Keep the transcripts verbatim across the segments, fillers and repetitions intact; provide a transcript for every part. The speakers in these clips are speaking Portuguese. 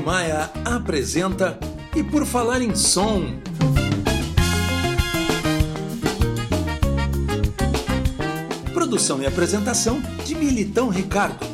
Maia apresenta E Por Falar em Som. Produção e apresentação de Militão Ricardo.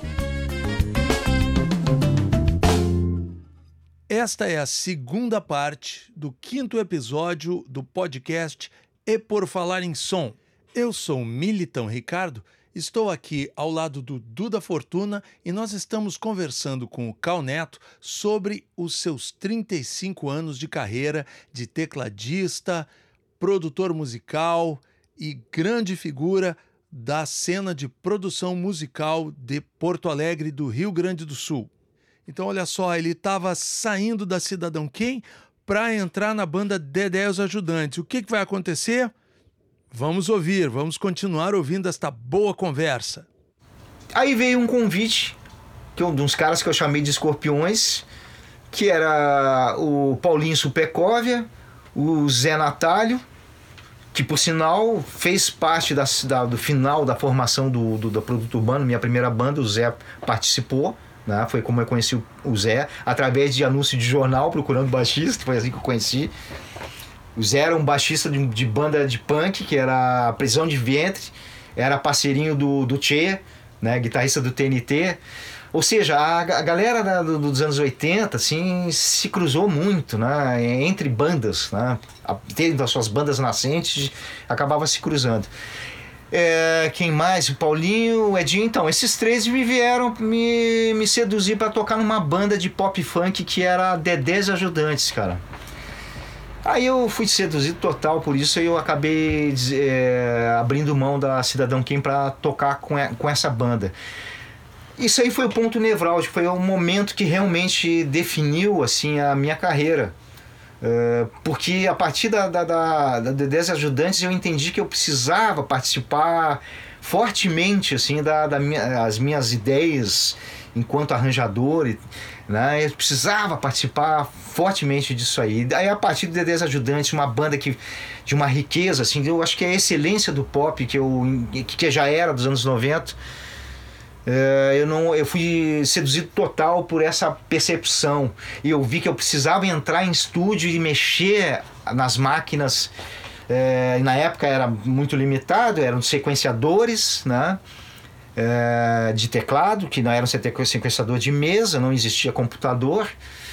Esta é a segunda parte do quinto episódio do podcast E Por Falar em Som. Eu sou Militão Ricardo, estou aqui ao lado do Duda Fortuna e nós estamos conversando com o Cal Neto sobre os seus trinta e cinco anos de carreira de tecladista, produtor musical e grande figura da cena de produção musical de Porto Alegre, do Rio Grande do Sul. Então, olha só, ele estava saindo da Cidadão Quem para entrar na banda Dedé e os Ajudantes. O que, que vai acontecer? Vamos ouvir, vamos continuar ouvindo esta boa conversa. Aí veio um convite que um dos caras que eu chamei de Escorpiões, que era o Paulinho Supercóvia, o Zé Natálio, que por sinal fez parte da, da, do final da formação do, do, do Produto Urbano, minha primeira banda, o Zé participou, né? Foi como eu conheci o, o Zé, através de anúncio de jornal, procurando baixista, foi assim que eu conheci. O Zé era um baixista de, de banda de punk, que era Prisão de Ventre, era parceirinho do, do Tchê, né, guitarrista do T N T. Ou seja, a, a galera da, do, dos anos oitenta assim, se cruzou muito, né, entre bandas, né, tendo as suas bandas nascentes, acabava se cruzando. É, quem mais? O Paulinho, o Edinho. Então, esses três me vieram me, me seduzir para tocar numa banda de pop funk que era Dedé e Ajudantes, cara. Aí eu fui seduzido total por isso, e eu acabei é, abrindo mão da Cidadão Quem para tocar com, com essa banda. Isso aí foi o ponto nevrálgico, foi o momento que realmente definiu assim, a minha carreira. É, porque a partir da, da, da, da Dedé e Ajudantes eu entendi que eu precisava participar fortemente assim, da, da minha, as minhas ideias enquanto arranjador, né? Eu precisava participar fortemente disso aí. Aí a partir do Dedé e Ajudantes, uma banda que, de uma riqueza, assim, eu acho que é a excelência do pop que, eu, que já era dos anos noventa. É, eu, não, eu fui seduzido total por essa percepção. E eu vi que eu precisava entrar em estúdio e mexer nas máquinas. É, na época era muito limitado, eram sequenciadores, né? É, de teclado, que não era um sequenciador de mesa, não existia computador.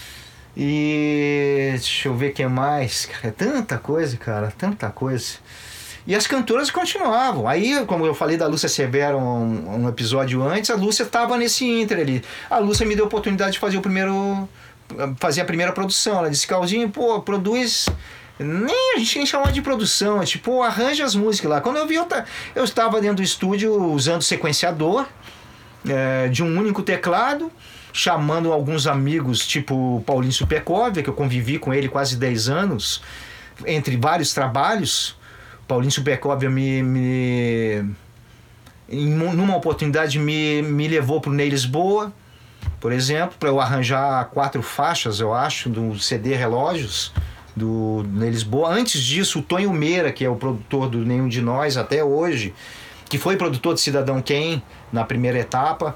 E deixa eu ver o que mais, cara, tanta coisa, cara, tanta coisa. E as cantoras continuavam. Aí, como eu falei da Lúcia Severo um, um episódio antes, a Lúcia estava nesse inter ali. A Lúcia me deu a oportunidade de fazer o primeiro, fazer a primeira produção. Ela disse: Calzinho, pô, produz. Nem a gente nem chamava de produção, é tipo, arranja as músicas lá. Quando eu vi, eu, eu estava dentro do estúdio usando sequenciador é, de um único teclado, chamando alguns amigos, tipo o Paulinho Supercóvia, que eu convivi com ele quase dez anos, entre vários trabalhos. Paulinho Supercóvia me, me em, numa oportunidade me, me levou para o Ney Lisboa, por exemplo, para eu arranjar quatro faixas, eu acho, do C D Relógios do Ney Lisboa. Antes disso, o Tonho Meira, que é o produtor do Nenhum de Nós até hoje, que foi produtor de Cidadão Quem na primeira etapa,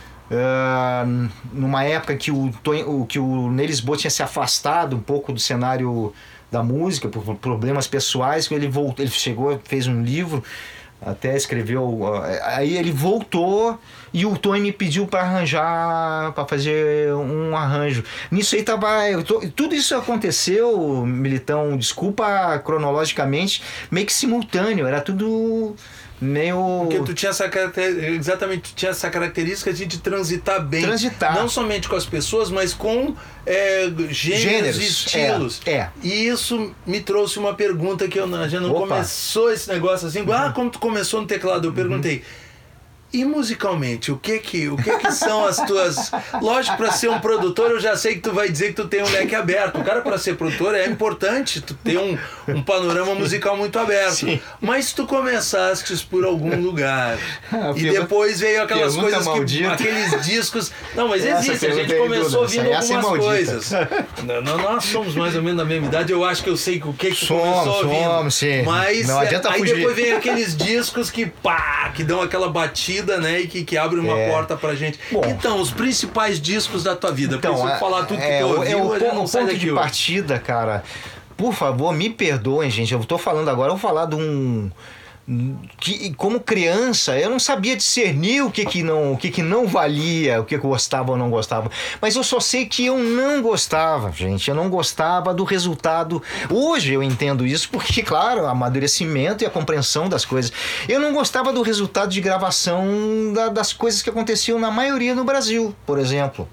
uh, numa época que o, Tonho, que o Ney Lisboa tinha se afastado um pouco do cenário da música por problemas pessoais, ele voltou, ele chegou, fez um livro, até escreveu, uh, aí ele voltou e o Tony me pediu para arranjar, para fazer um arranjo. Nisso aí tava, eu tô, tudo isso aconteceu, Militão, desculpa cronologicamente, meio que simultâneo, era tudo meio... Porque tu tinha essa exatamente, tu tinha essa característica de, de transitar bem, transitar. Não somente com as pessoas, mas com é, gêneros, gêneros e estilos. É, é. E isso me trouxe uma pergunta que eu não, já não Opa. começou esse negócio assim, uhum. Ah, como tu começou no teclado? Eu perguntei. Uhum. E musicalmente, o que que, o que que são as tuas... Lógico, para ser um produtor, eu já sei que tu vai dizer que tu tem um leque aberto. O cara, para ser produtor, é importante tu ter um, um panorama musical muito aberto. Sim. Mas se tu começaste por algum lugar e depois veio aquelas coisas que... Aqueles discos... Não, mas Essa existe. A gente começou ouvindo algumas coisas. Não, nós somos mais ou menos da mesma idade. Eu acho que eu sei o que que tu somos, começou ouvindo. Somos, sim. Mas não adianta aí fugir. Depois vem aqueles discos que pá, que dão aquela batida vida, né? E que, que abre uma É. porta pra gente. Bom. Então, os principais discos da tua vida. Então, Porque se eu é, falar tudo que é, tu o- ouviu, é o, a gente pon- não o sai ponto daqui de hoje. partida, cara. Por favor, me perdoem, gente. Eu tô falando agora, eu vou falar de um. Que, como criança, eu não sabia discernir o que que não, o que que não valia, o que eu gostava ou não gostava. Mas eu só sei que eu não gostava, gente. Eu não gostava do resultado. Hoje eu entendo isso porque, claro, o amadurecimento e a compreensão das coisas. Eu não gostava do resultado de gravação da- das coisas que aconteciam na maioria no Brasil, por exemplo.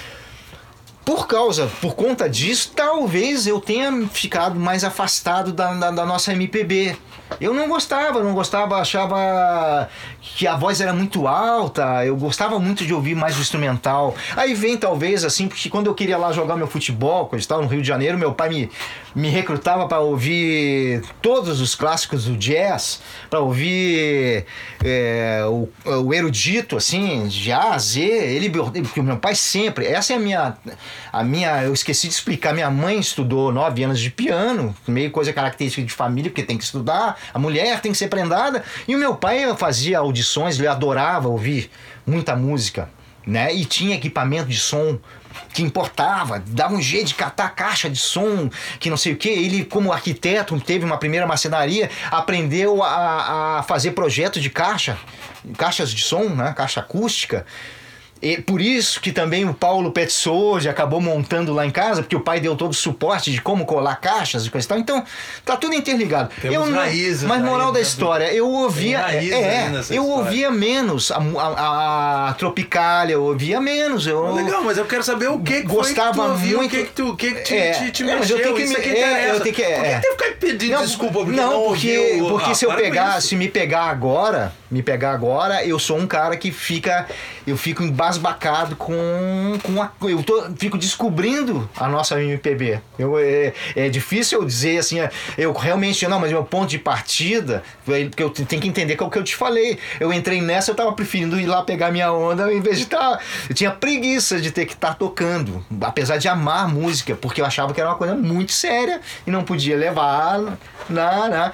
Por causa, por conta disso, talvez eu tenha ficado mais afastado da, da, da nossa M P B. Eu não gostava, não gostava, achava que a voz era muito alta, eu gostava muito de ouvir mais o instrumental. Aí vem talvez assim, porque quando eu queria lá jogar meu futebol, quando eu estava no Rio de Janeiro, meu pai me, me recrutava para ouvir todos os clássicos do jazz, para ouvir é, o, o erudito, assim, de A a Z. Ele, porque o meu pai sempre, essa é a minha, a minha, eu esqueci de explicar, minha mãe estudou nove anos de piano, meio coisa característica de família, porque tem que estudar, a mulher tem que ser prendada, e o meu pai fazia audições, ele adorava ouvir muita música, né? E tinha equipamento de som que importava, dava um jeito de catar caixa de som, que não sei o que. Ele, como arquiteto, teve uma primeira marcenaria, aprendeu a, a fazer projetos de caixa, caixas de som, né? Caixa acústica. E por isso que também o Paulo Petzold acabou montando lá em casa, porque o pai deu todo o suporte de como colar caixas e coisa e tal. Então, tá tudo interligado. Temos eu não, raízes mas moral aí, da né? história, eu ouvia, Tem raízes é, aí nessa eu história. ouvia menos a, a, a Tropicália, eu ouvia menos. Eu, Legal, mas eu quero saber o que, que Gostava foi que tu ouviu, muito- o que que tu, o que que te, É, te, te é, mas mexeu, eu tenho que isso me- é que é, interessa. eu tenho que- Por que é. tem que ficar pedindo Não, desculpa porque não, não porque, ouviu? porque Ah, se eu para com pegar, isso. se me pegar agora, me pegar agora, eu sou um cara que fica, eu fico embasbacado com, com a, eu tô, fico descobrindo a nossa M P B. Eu, é, é difícil eu dizer assim, eu realmente, não, mas meu ponto de partida, porque eu tenho que entender que é o que eu te falei. Eu entrei nessa, eu tava preferindo ir lá pegar minha onda em vez de estar, eu tinha preguiça de ter que estar tocando, apesar de amar música, porque eu achava que era uma coisa muito séria e não podia levar na, na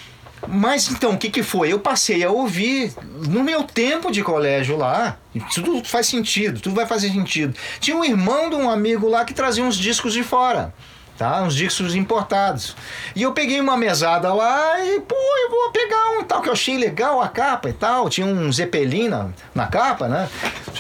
Mas então, o que que foi? Eu passei a ouvir no meu tempo de colégio lá, e tudo faz sentido, tudo vai fazer sentido. Tinha um irmão de um amigo lá que trazia uns discos de fora, tá? Uns discos importados. E eu peguei uma mesada lá e, pô, eu vou pegar um tal que eu achei legal a capa e tal. Tinha um Zeppelin na, na capa, né?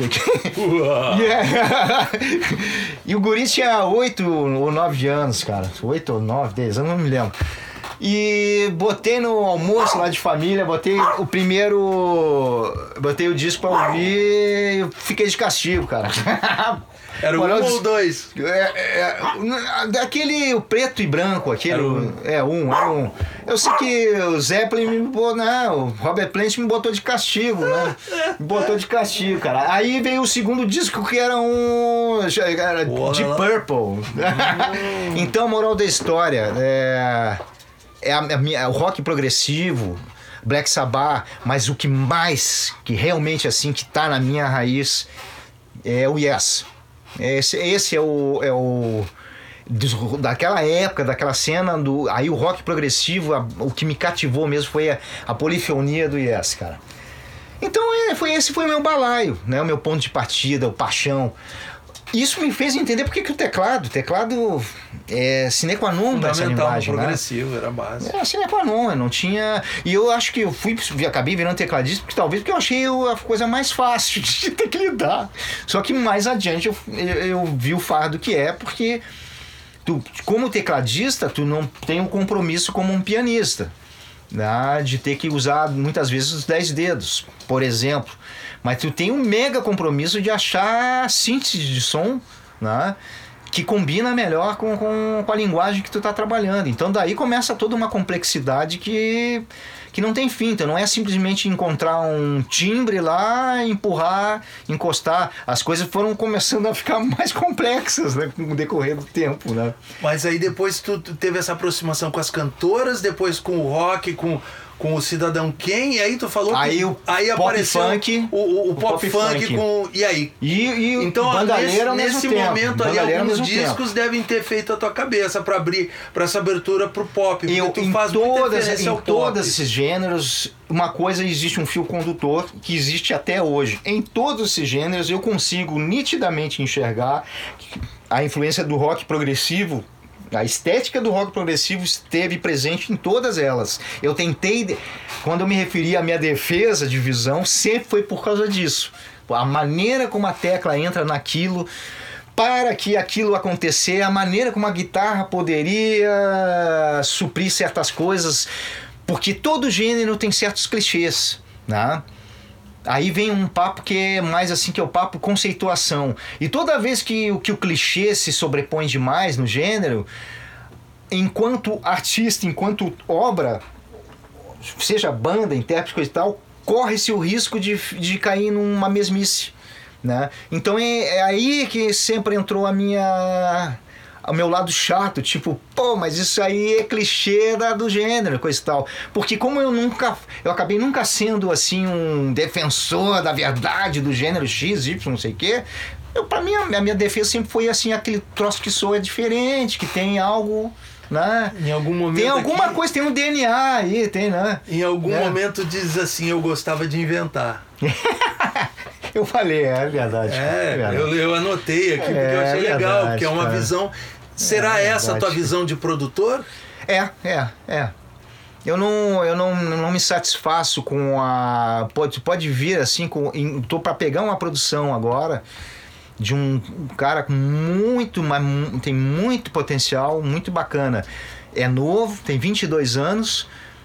Yeah. E o guri tinha oito ou nove anos, cara. Oito ou nove, dez, eu não me lembro. E botei no almoço lá de família, botei o primeiro. Botei o disco pra ouvir e fiquei de castigo, cara. Era um Moral ou dos- dois? É, é, daquele o preto e branco, aquele. Era um. É, um, era um. Eu sei que o Zeppelin me botou, né? O Robert Plant me botou de castigo, né? Me botou de castigo, cara. Aí veio o segundo disco que era um. Era Porra, de lá. Purple. Então, moral da história, é. É a, a minha, o rock progressivo, Black Sabbath, mas o que mais, que realmente assim, que tá na minha raiz, é o Yes. Esse, esse é o... É o dos- daquela época, daquela cena, do, aí o rock progressivo, a- o que me cativou mesmo foi a, a polifonia do Yes, cara. Então é, foi, esse foi o meu balaio, né? O meu ponto de partida, o paixão. Isso me fez entender porque que o teclado, o teclado é sine qua non dessa Fundamental, linguagem, né? progressivo, era básico. É, sine qua non, eu não tinha... E eu acho que eu fui, acabei virando tecladista, porque talvez porque eu achei a coisa mais fácil de ter que lidar. Só que mais adiante eu, eu, eu vi o fardo que é, porque tu, como tecladista, tu não tem um compromisso como um pianista, né? De ter que usar muitas vezes os dez dedos, por exemplo. Mas tu tem um mega compromisso de achar síntese de som, né? Que combina melhor com, com, com a linguagem que tu tá trabalhando. Então daí começa toda uma complexidade que, que não tem fim. Então não é simplesmente encontrar um timbre lá, empurrar, encostar. As coisas foram começando a ficar mais complexas, né, com o decorrer do tempo, né? Mas aí depois tu, tu teve essa aproximação com as cantoras, depois com o rock, com, com o Cidadão Kane, e aí tu falou aí que o aí pop apareceu funk, o, o, o pop, pop funk, funk com... E aí? E, e então, Bandalheira nesse, nesse tempo. momento aí, Bandalheira alguns discos tempo. devem ter feito a tua cabeça para abrir para essa abertura pro pop. Porque Eu, tu em faz todas, em ao todos pop. esses gêneros, uma coisa, existe um fio condutor que existe até hoje. Em todos esses gêneros, eu consigo nitidamente enxergar a influência do rock progressivo. A estética do rock progressivo esteve presente em todas elas. Eu tentei, quando eu me referi à minha defesa de visão, sempre foi por causa disso. A maneira como a tecla entra naquilo, para que aquilo acontecer, a maneira como a guitarra poderia suprir certas coisas, porque todo gênero tem certos clichês, né? Aí vem um papo que é mais assim, que é o papo conceituação. E toda vez que, que o clichê se sobrepõe demais no gênero, enquanto artista, enquanto obra, seja banda, intérprete, coisa e tal, corre-se o risco de, de cair numa mesmice, né? Então é, é aí que sempre entrou a minha... o meu lado chato, tipo, pô, mas isso aí é clichê da, do gênero, coisa e tal. Porque como eu nunca, eu acabei nunca sendo, assim, um defensor da verdade do gênero X, Y, não sei o quê, eu, pra mim, a minha defesa sempre foi, assim, aquele troço que soa diferente, que tem algo, né? Em algum momento tem alguma aqui, coisa, tem um D N A aí, tem, né? Em algum é. momento diz assim, eu gostava de inventar. Eu falei, é verdade. É, é verdade. Eu, eu anotei aqui porque é, eu achei é legal, verdade, porque é uma cara. visão... Será é essa a tua visão de produtor? É, é, é. Eu não, eu não, não me satisfaço com a... Pode, pode vir assim, com, tô para pegar uma produção agora de um cara com muito, tem muito potencial, muito bacana. É novo, tem vinte e dois anos...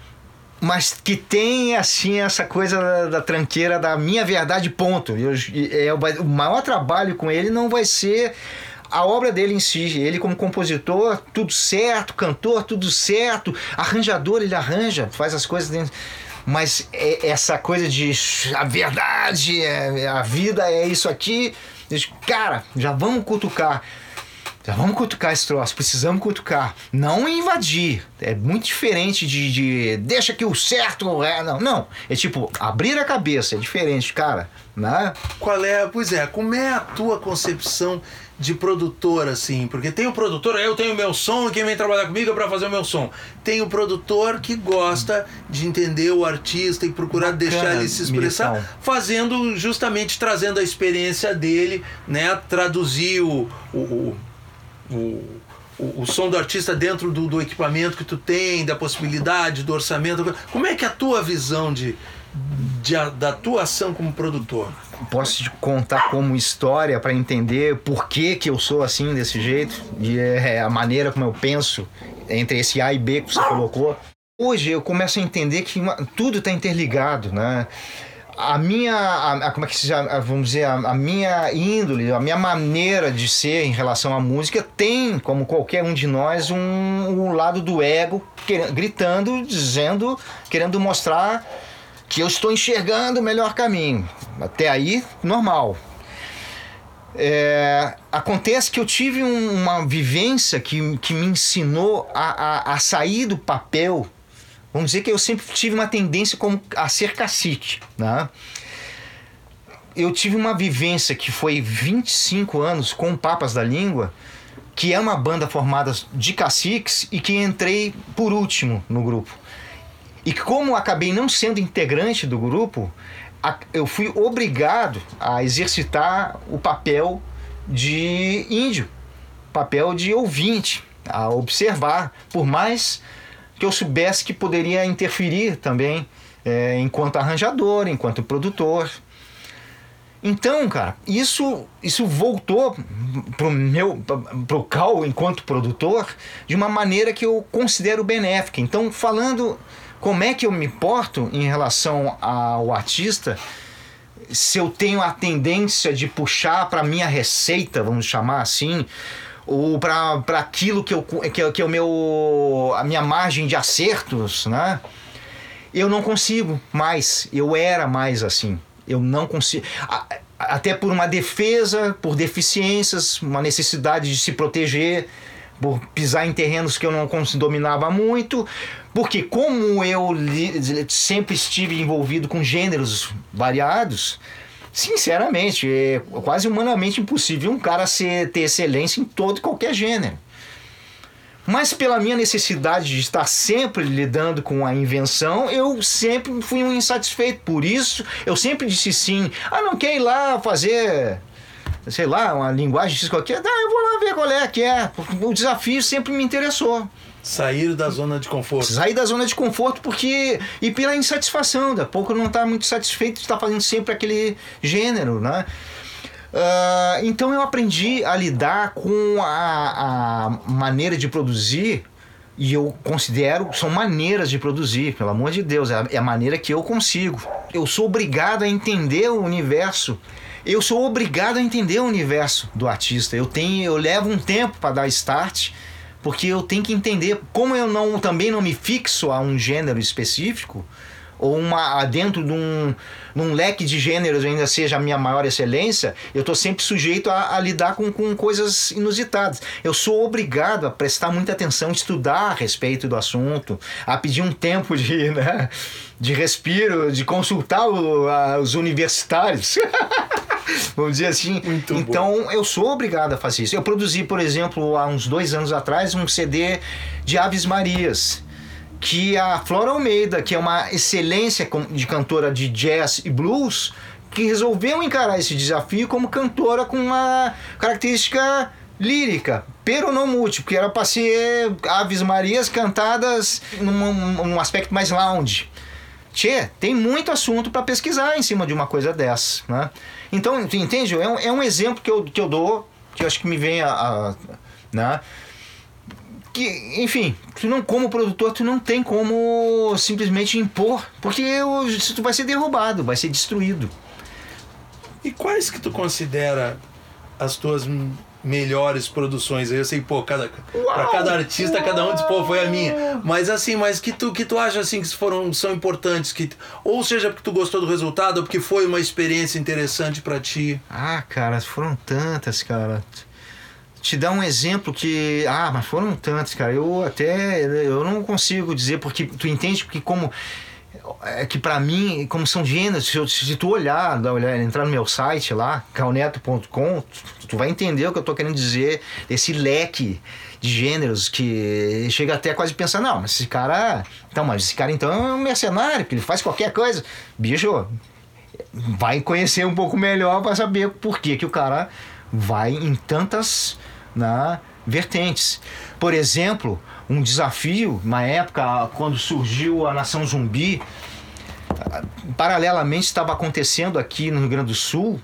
mas que tem, assim, essa coisa da, da tranqueira da minha verdade, ponto. Eu, é, o maior trabalho com ele não vai ser a obra dele em si. Ele como compositor, tudo certo, cantor, tudo certo, arranjador, ele arranja, faz as coisas dentro. Mas é essa coisa de a verdade, é, a vida é isso aqui. Cara, já vamos cutucar. Já vamos cutucar esse troço, precisamos cutucar. Não invadir. É muito diferente de, de deixa que o certo é. Não, não. É tipo, abrir a cabeça. É diferente, cara. Né? Qual é? Pois é, como é a tua concepção de produtor, assim? Porque tem o produtor, eu tenho o meu som e quem vem trabalhar comigo é pra fazer o meu som. Tem o produtor que gosta de entender o artista e procurar Bacana, deixar ele se expressar, Militão. Fazendo, justamente trazendo a experiência dele, né? Traduzir o. o, o O, o, o som do artista dentro do, do equipamento que tu tem, da possibilidade, do orçamento. Como é que é a tua visão de, de, da tua ação como produtor? Posso te contar como história para entender por que, que eu sou assim, desse jeito? E é a maneira como eu penso entre esse A e B que você colocou. Hoje eu começo a entender que uma, tudo está interligado, né? A minha, a, a, como é que se chama, vamos dizer, a, a minha índole, a minha maneira de ser em relação à música tem, como qualquer um de nós, um, um lado do ego querendo, gritando, dizendo, querendo mostrar que eu estou enxergando o melhor caminho. Até aí, normal. É, acontece que eu tive um, uma vivência que, que me ensinou a, a, a sair do papel. Vamos dizer que eu sempre tive uma tendência como a ser cacique, né? Eu tive uma vivência que foi vinte e cinco anos com o Papas da Língua, que é uma banda formada de caciques e que entrei por último no grupo. E como acabei não sendo integrante do grupo, eu fui obrigado a exercitar o papel de índio, papel de ouvinte, a observar, por mais que eu soubesse que poderia interferir também é, enquanto arranjador, enquanto produtor. Então, cara, isso, isso voltou pro meu pro Cal enquanto produtor de uma maneira que eu considero benéfica. Então, falando como é que eu me porto em relação ao artista, se eu tenho a tendência de puxar para minha receita, vamos chamar assim, ou para aquilo que, eu, que, que é o meu, a minha margem de acertos, né? Eu não consigo mais. Eu era mais assim. Eu não consigo. Até por uma defesa, por deficiências, uma necessidade de se proteger. por pisar em terrenos que eu não dominava muito, porque como eu li, sempre estive envolvido com gêneros variados, sinceramente, é quase humanamente impossível um cara ser, ter excelência em todo e qualquer gênero. Mas pela minha necessidade de estar sempre lidando com a invenção, eu sempre fui um insatisfeito. Por isso, eu sempre disse sim. Ah, não quer ir lá fazer, sei lá, uma linguagem X qualquer? Ah, eu vou lá ver qual é que é. O desafio sempre me interessou. Sair da zona de conforto. Sair da zona de conforto porque... E pela insatisfação. Da pouco eu não estar muito satisfeito de estar fazendo sempre aquele gênero, né? Uh, então eu aprendi a lidar com a, a maneira de produzir, e eu considero que são maneiras de produzir, pelo amor de Deus, é a, é a maneira que eu consigo. Eu sou obrigado a entender o universo, eu sou obrigado a entender o universo do artista. Eu, tenho, eu levo um tempo para dar start, porque eu tenho que entender, como eu não, também não me fixo a um gênero específico, ou uma, dentro de um, num leque de gêneros ainda seja a minha maior excelência, eu estou sempre sujeito a, a lidar com, com coisas inusitadas. Eu sou obrigado a prestar muita atenção, estudar a respeito do assunto, a pedir um tempo de, né, de respiro, de consultar o, a, os universitários. Vamos dizer assim. Muito então bom. Eu sou obrigado a fazer isso. Eu produzi, por exemplo, há uns dois anos atrás, um C D de Aves Marias, que a Flora Almeida, que é uma excelência de cantora de jazz e blues, que resolveu encarar esse desafio como cantora com uma característica lírica, pero não múltiplo, porque era para ser Aves Marias cantadas num, num aspecto mais lounge. Tchê, tem muito assunto para pesquisar em cima de uma coisa dessa, né? Então, entende? É um, é um exemplo que eu, que eu dou, que eu acho que me vem a... a né? Que, enfim, tu não, como produtor, tu não tem como simplesmente impor, porque tu vai ser derrubado, vai ser destruído. E quais que tu considera as tuas melhores produções? Eu sei, pô, cada, pra cada artista, uau, cada um diz, pô, foi a minha. Mas assim, mas que tu, que tu acha assim que foram, são importantes, que, ou seja, porque tu gostou do resultado, ou porque foi uma experiência interessante pra ti? Ah, cara, foram tantas, cara. Te dar um exemplo que... Ah, mas foram tantos, cara. Eu até... Eu não consigo dizer, porque tu entende que como... É que pra mim, como são gêneros, se, eu, se tu olhar, olhar, entrar no meu site lá, calneto ponto com, tu, tu vai entender o que eu tô querendo dizer, esse leque de gêneros que chega até quase a pensar, não, mas esse cara... Então, mas esse cara então é um mercenário, que ele faz qualquer coisa. Bicho, vai conhecer um pouco melhor pra saber por que que o cara vai em tantas... na vertentes. Por exemplo, um desafio, na época, quando surgiu a Nação Zumbi, paralelamente estava acontecendo aqui no Rio Grande do Sul.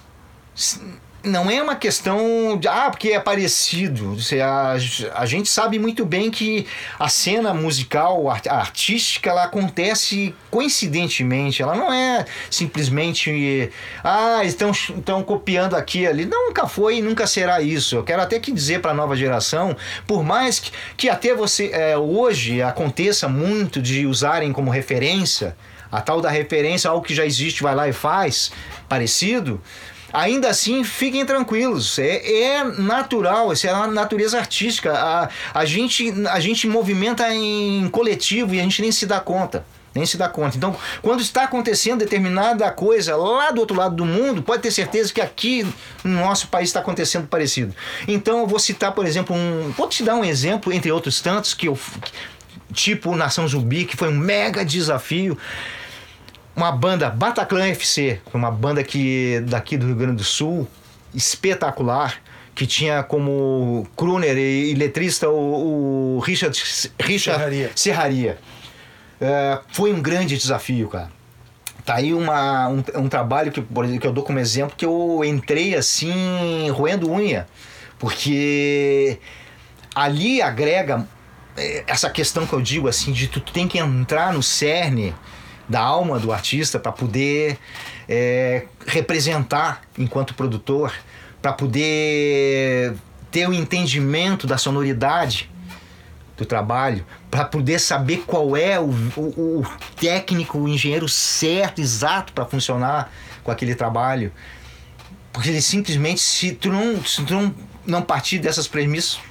Não é uma questão de, ah, porque é parecido. A, a gente sabe muito bem que a cena musical, a artística, ela acontece coincidentemente. Ela não é simplesmente, ah, estão, estão copiando aqui e ali. Nunca foi e nunca será isso. Eu quero até que dizer para a nova geração, por mais que, que até você é, hoje aconteça muito de usarem como referência, a tal da referência, algo que já existe, vai lá e faz, parecido... Ainda assim, fiquem tranquilos, é, é natural, isso é a natureza artística, a, a, gente, a gente movimenta em coletivo e a gente nem se dá conta, nem se dá conta. Então, quando está acontecendo determinada coisa lá do outro lado do mundo, pode ter certeza que aqui no nosso país está acontecendo parecido. Então, eu vou citar, por exemplo, um, vou te dar um exemplo, entre outros tantos, que eu, tipo Nação Zumbi, que foi um mega desafio. Uma banda, Bataclan F C, uma banda que, daqui do Rio Grande do Sul, espetacular, que tinha como crooner e, e letrista o, o Richard, Richard Serraria. Serraria. É, foi um grande desafio, cara. Tá aí uma, um, um trabalho que, por exemplo, que eu dou como exemplo, que eu entrei assim, roendo unha, porque ali agrega essa questão que eu digo assim, de tu tem que entrar no cerne da alma do artista para poder é, representar enquanto produtor, para poder ter o entendimento da sonoridade do trabalho, para poder saber qual é o, o, o técnico, o engenheiro certo, exato para funcionar com aquele trabalho. Porque ele simplesmente, se tu não, se tu não, não partir dessas premissas,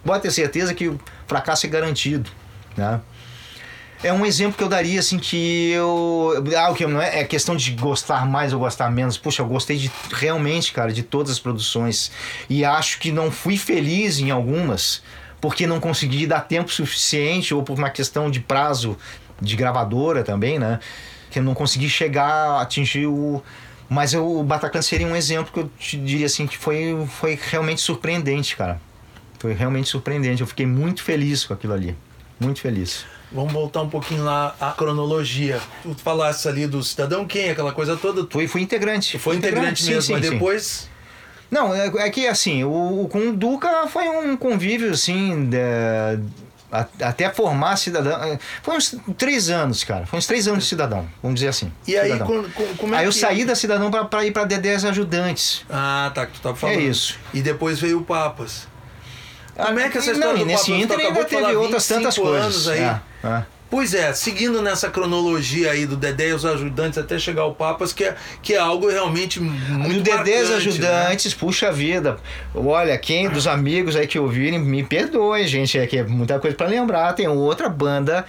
pode ter certeza que o fracasso é garantido, né? É um exemplo que eu daria, assim, que eu... Ah, o que não é, é questão de gostar mais ou gostar menos. Puxa, eu gostei de, realmente, cara, de todas as produções. E acho que não fui feliz em algumas, porque não consegui dar tempo suficiente, ou por uma questão de prazo de gravadora também, né? Que eu não consegui chegar a atingir o... Mas eu, o Bataclan seria um exemplo que eu te diria, assim, que foi, foi realmente surpreendente, cara. Foi realmente surpreendente. Eu fiquei muito feliz com aquilo ali. Muito feliz. Vamos voltar um pouquinho lá à cronologia. Tu falasse ali do Cidadão Quem, aquela coisa toda. Fui, fui integrante. Foi integrante, integrante mesmo, sim, mas sim, depois... Sim. Não, é, é que assim, o, o, com o Duca foi um convívio, assim, de, a, até formar Cidadão. Foi uns três anos, cara. Foi uns três anos de Cidadão, vamos dizer assim. E aí, Cidadão. como, como é aí que... eu saí da Cidadão pra, pra ir pra Dedés Ajudantes. Ah, tá, que tu tava falando. É isso. E depois veio o Papas. Como é que essa história não, do nesse Papas, Inter ainda teve outras tantas coisas. Aí. É, é. Pois é, seguindo nessa cronologia aí do Dedé e os Ajudantes até chegar ao Papas, que é, que é algo realmente muito do Dedé e os marcante, Ajudantes, né? Puxa vida. Olha, quem dos amigos aí que ouvirem, me perdoem, gente, é que é muita coisa para lembrar. Tem outra banda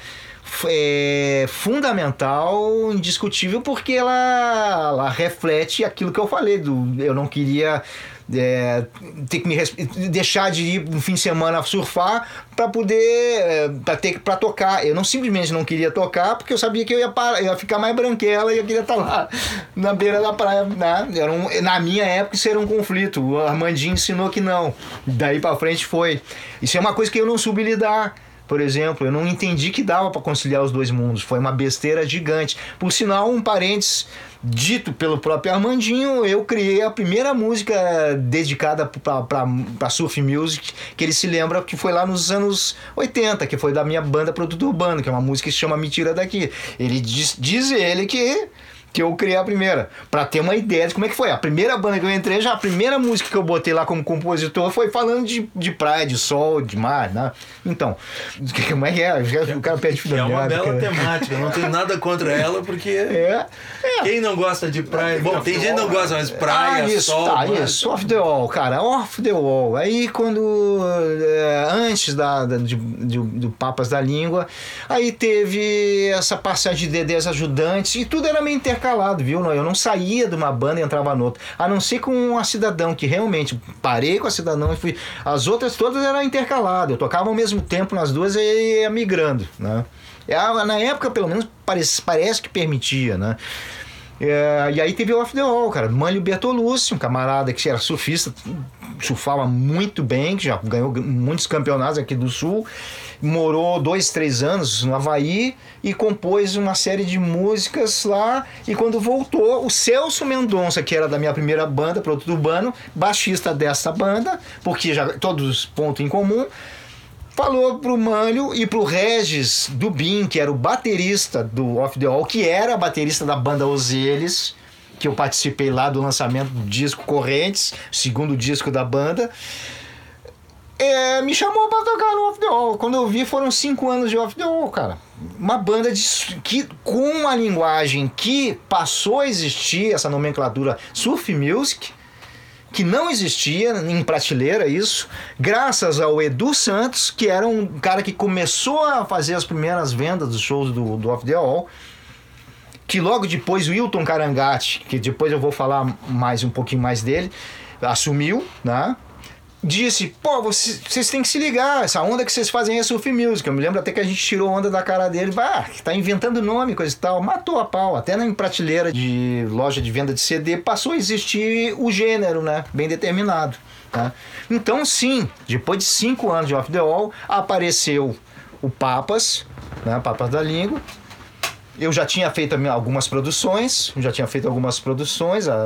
é, fundamental, indiscutível, porque ela, ela reflete aquilo que eu falei, do, eu não queria... É, ter que me deixar de ir no fim de semana surfar para poder é, para ter para tocar. Eu não simplesmente não queria tocar porque eu sabia que eu ia, parar, eu ia ficar mais branquela e eu queria estar lá na beira da praia, né? Era um, na minha época isso era um conflito. O Armandinho ensinou que não. Daí para frente foi. Isso é uma coisa que eu não soube lidar. Por exemplo, eu não entendi que dava para conciliar os dois mundos. Foi uma besteira gigante. Por sinal, um parênteses dito pelo próprio Armandinho, eu criei a primeira música dedicada para surf music, que ele se lembra que foi lá nos anos oitenta, que foi da minha banda Produto Urbano, que é uma música que se chama Me Tira Daqui. Ele diz, diz ele que... que eu criei a primeira, pra ter uma ideia de como é que foi. A primeira banda que eu entrei, já a primeira música que eu botei lá como compositor foi falando de, de praia, de sol, de mar, né? Então, como é que é? O cara pede filha. É uma bela cara. temática, eu não tenho nada contra ela, porque é, é. Quem não gosta de praia... Bom, tem gente que não gosta, mas praia, ah, isso, sol... Tá, mas... isso, off the wall, cara, off the wall. Aí quando, é, antes da, da, de, de, do Papas da Língua, aí teve essa passagem de Dedés Ajudantes, e tudo era meio intercalado. Calado, viu? Eu não saía de uma banda e entrava noutra. A não ser com a Cidadão, que realmente parei com a Cidadão e fui. As outras todas eram intercaladas. Eu tocava ao mesmo tempo nas duas e ia migrando, né? Na época, pelo menos, parece, parece que permitia, né? É, e aí teve o Off the Wall, cara. Mânlio Bertolucci, um camarada que era surfista, surfava muito bem, que já ganhou muitos campeonatos aqui do Sul. Morou dois, três anos no Havaí e compôs uma série de músicas lá. E quando voltou, o Celso Mendonça, que era da minha primeira banda, Produto Urbano, baixista dessa banda, porque já todos pontos em comum, falou pro Mânlio e pro Regis Dubin, que era o baterista do Off the Wall, que era baterista da banda Ozeles, que eu participei lá do lançamento do disco Correntes, segundo disco da banda. É, me chamou pra tocar no Off the Wall. Quando eu vi, foram cinco anos de Off the Wall, cara. Uma banda de, que, com uma linguagem que passou a existir, essa nomenclatura surf music, que não existia em prateleira isso, graças ao Edu Santos, que era um cara que começou a fazer as primeiras vendas dos shows do, do Off the Wall, que logo depois o Wilton Carangati, que depois eu vou falar mais um pouquinho mais dele, assumiu, né? Disse, pô, vocês, vocês têm que se ligar, essa onda que vocês fazem é surf music. Eu me lembro até que a gente tirou onda da cara dele, ah, tá inventando nome, coisa e tal, matou a pau. Até na prateleira de loja de venda de C D passou a existir o gênero, né, bem determinado, tá? Então sim, depois de cinco anos de Off the Wall, apareceu o Papas, né, Papas da Língua. Eu já tinha feito algumas produções, já tinha feito algumas produções, a,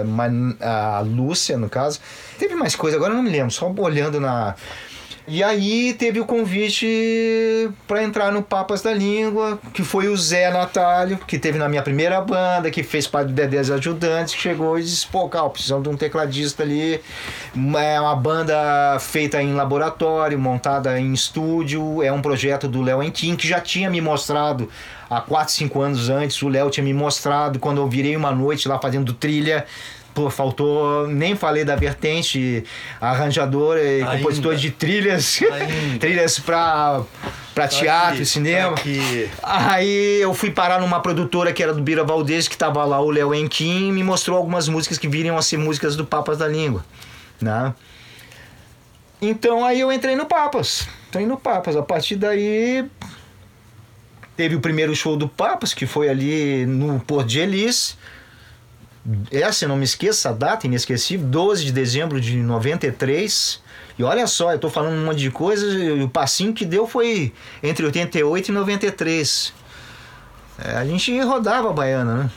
a Lúcia, no caso. Teve mais coisa, agora eu não me lembro, só olhando na... E aí teve o convite para entrar no Papas da Língua, que foi o Zé Natálio, que teve na minha primeira banda, que fez parte do Dedés Ajudantes, que chegou e disse, pô, Cal, precisamos de um tecladista ali. É uma banda feita em laboratório, montada em estúdio, é um projeto do Léo Enquim, que já tinha me mostrado há quatro, cinco anos antes. O Léo tinha me mostrado quando eu virei uma noite lá fazendo trilha Pô, faltou, nem falei da vertente arranjador e Ainda. compositor de trilhas, trilhas para para teatro aqui, e cinema. tá aqui. Aí eu fui parar numa produtora que era do Bira Valdez, que tava lá o Léo Enquim, e me mostrou algumas músicas que viriam a ser músicas do Papas da Língua, né? Então aí eu entrei no Papas, entrei no Papas. A partir daí teve o primeiro show do Papas, que foi ali no Porto de Elis. Essa eu não me esqueço, a data inesquecível, doze de dezembro de noventa e três. E olha só, eu tô falando um monte de coisa, e o passinho que deu foi entre oitenta e oito e noventa e três. É, a gente rodava a baiana, né?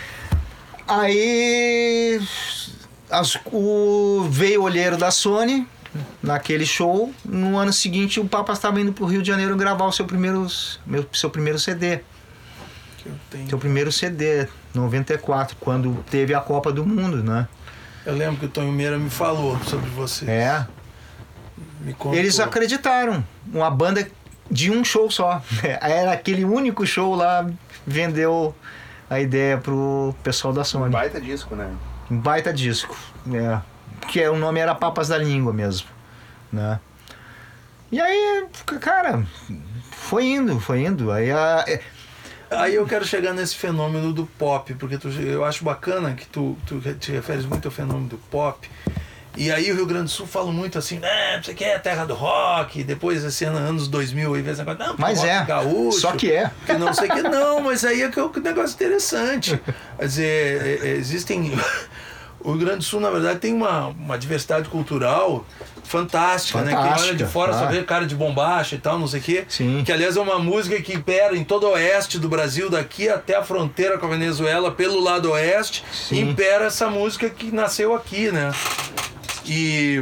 Aí as, o, veio o olheiro da Sony naquele show. No ano seguinte o Papa estava indo pro Rio de Janeiro gravar o seu primeiro, meu, seu primeiro C D. Que eu tenho. Seu primeiro C D, noventa e quatro, quando teve a Copa do Mundo, né? Eu lembro que o Tonho Meira me falou sobre você. É. Me contou. Eles acreditaram. Uma banda de um show só. Era aquele único show lá, vendeu a ideia pro pessoal da Sony. Um baita disco, né? Um baita disco. É. Que o nome era Papas da Língua mesmo, né? E aí, cara, foi indo, foi indo. Aí, a... aí eu quero chegar nesse fenômeno do pop, porque tu, eu acho bacana que tu, tu te referes muito ao fenômeno do pop. E aí o Rio Grande do Sul fala muito assim, né, você quer a terra do rock, depois esse ano, anos dois mil, aí vem esse negócio, não, mas rock é, gaúcho, só que é. Que não sei o que, não, mas aí é que é um negócio interessante. Quer dizer, existem... O Rio Grande do Sul, na verdade, tem uma, uma diversidade cultural fantástica, Fantástica, né? Quem olha de fora tá. só vê cara de bombacha e tal, não sei o quê. Sim. Que, aliás, é uma música que impera em todo o oeste do Brasil, daqui até a fronteira com a Venezuela, pelo lado oeste, Sim. impera essa música que nasceu aqui, né? E...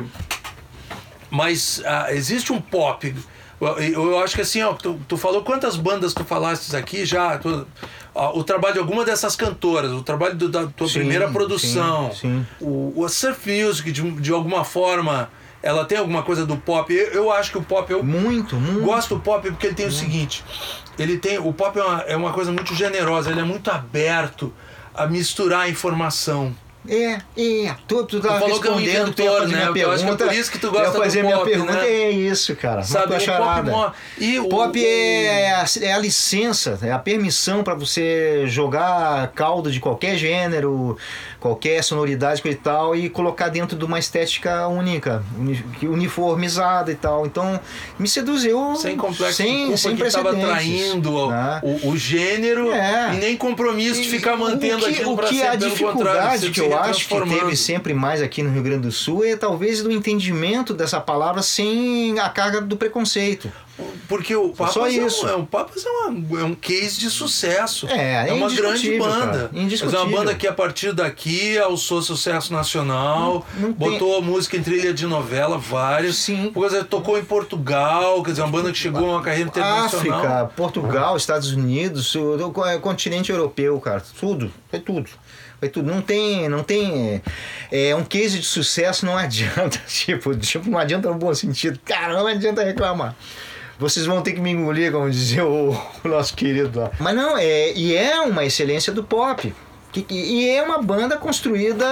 Mas ah, existe um pop... Eu, eu acho que assim, ó, tu, tu falou quantas bandas tu falaste aqui já... Tu, ó, o trabalho de alguma dessas cantoras, o trabalho do, da tua Sim, primeira produção, sim, sim. O, o surf music, de, de alguma forma, ela tem alguma coisa do pop. Eu, eu acho que o pop... Eu Muito, muito. gosto do pop porque ele tem muito. O seguinte, ele tem, o pop é uma, é uma coisa muito generosa, ele é muito aberto a misturar a informação. É, é, tu, tu tá falou que é um respondendo, tu ia inventor, fazer né? minha Eu pergunta, acho que é por isso que tu gosta eu ia fazer do minha pop, pergunta, né? é isso, cara. Sabe, uma o charada. pop, e o Pop o, é, a, é a licença, é a permissão para você jogar caldo de qualquer gênero, qualquer sonoridade e tal, e colocar dentro de uma estética única, uni, uniformizada e tal. Então, me seduziu sem complexo sem, de culpa sem que estava precedentes, traindo né? o, o gênero É. e nem compromisso de ficar mantendo o que, aquilo para o que sempre, a pelo contrário, dificuldade você que eu fica acho que transformando. teve sempre mais aqui no Rio Grande do Sul é talvez do entendimento dessa palavra sem a carga do preconceito. Porque o Papas, só é, isso. Um, é, um, Papas é, uma, é um case de sucesso. É, é uma grande indiscutível, banda. cara, Mas é indiscutível. uma banda que a partir daqui alçou sucesso nacional, Não- não botou tem- a música em trilha de novela, várias. Sim. Por exemplo, tocou em Portugal, quer dizer, uma banda que chegou a uma carreira internacional. África, Portugal, Estados Unidos, o, o continente europeu, cara, tudo, foi tudo. Foi tudo. Não tem, não tem. É um case de sucesso, não adianta. Tipo, tipo, não adianta no bom sentido. Cara, não adianta reclamar. Vocês vão ter que me engolir, como dizia o, o nosso querido lá. Mas não, é, e é uma excelência do pop. Que, e é uma banda construída,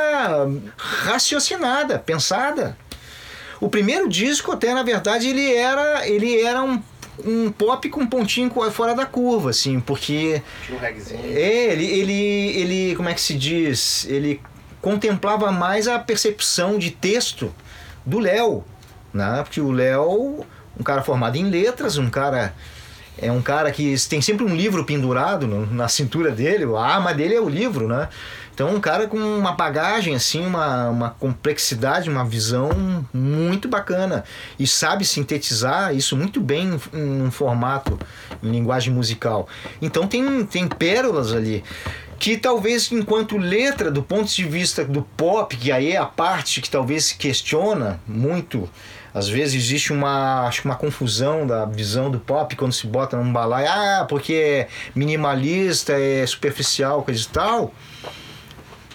raciocinada, pensada. O primeiro disco, até na verdade, ele era, ele era um, um pop com um pontinho fora da curva, assim, porque Tinha um reggaezinho. é, ele, ele, ele, como é que se diz? Ele contemplava mais a percepção de texto do Léo, né? Porque o Léo, um cara formado em letras, um cara é um cara que tem sempre um livro pendurado no, na cintura dele, a arma dele é o livro, né? Então um cara com uma bagagem, assim, uma, uma complexidade, uma visão muito bacana e sabe sintetizar isso muito bem em, em um formato, em linguagem musical. Então tem, tem pérolas ali que talvez enquanto letra, do ponto de vista do pop, que aí é a parte que talvez se questiona muito. Às vezes existe uma, acho que uma confusão da visão do pop quando se bota num balaio, ah, porque é minimalista, é superficial, coisa e tal.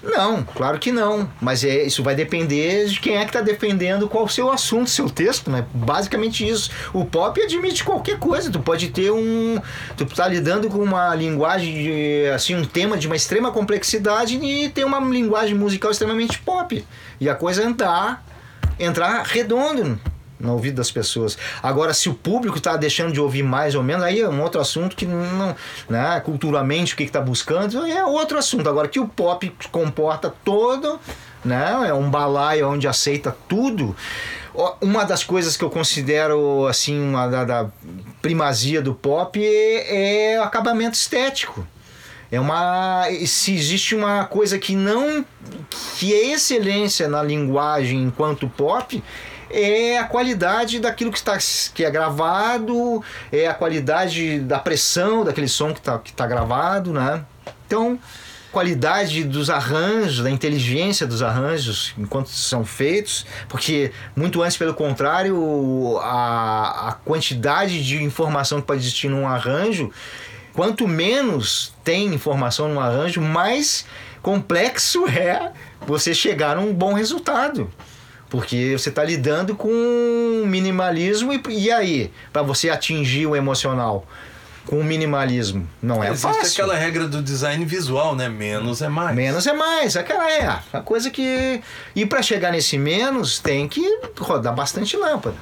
Não, claro que não. Mas é, isso vai depender de quem é que está defendendo qual o seu assunto, seu texto, né? Basicamente isso. O pop admite qualquer coisa. Tu pode ter um... Tu tá lidando com uma linguagem, de, assim, um tema de uma extrema complexidade e ter uma linguagem musical extremamente pop. E a coisa entrar, entrar redondo no ouvido das pessoas. Agora, se o público está deixando de ouvir mais ou menos, aí é um outro assunto que não, né, culturalmente o que está buscando é outro assunto. Agora, que o pop comporta todo, né, é um balaio onde aceita tudo. Uma das coisas que eu considero assim uma da, da primazia do pop é, é o acabamento estético. É uma, se existe uma coisa que não, que é excelência na linguagem enquanto pop, é a qualidade daquilo que, está, que é gravado, é a qualidade da pressão daquele som que está que tá gravado, né? Então, qualidade dos arranjos, da inteligência dos arranjos enquanto são feitos, porque muito antes, pelo contrário, a, a quantidade de informação que pode existir num arranjo, quanto menos tem informação num arranjo, mais complexo é você chegar a um bom resultado. Porque você está lidando com minimalismo e, e aí, para você atingir o emocional com o minimalismo, não é Existe fácil. Existe aquela regra do design visual, né? Menos é mais. Menos é mais, aquela é a coisa que... E para chegar nesse menos, tem que rodar bastante lâmpada.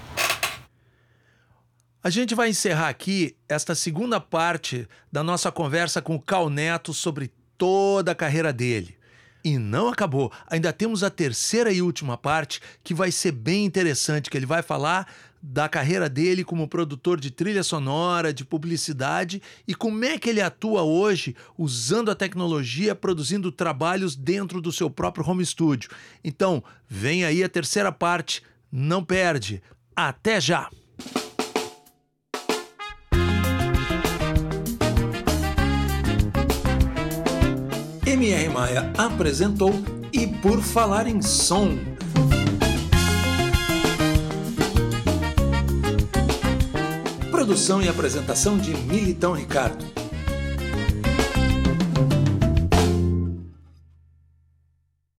A gente vai encerrar aqui esta segunda parte da nossa conversa com o Cal Neto sobre toda a carreira dele. E não acabou, ainda temos a terceira e última parte que vai ser bem interessante, que ele vai falar da carreira dele como produtor de trilha sonora, de publicidade e como é que ele atua hoje usando a tecnologia, produzindo trabalhos dentro do seu próprio home studio. Então, vem aí a terceira parte, não perde. Até já! M R Maia apresentou E Por Falar em Som. Produção e apresentação de Militão Ricardo.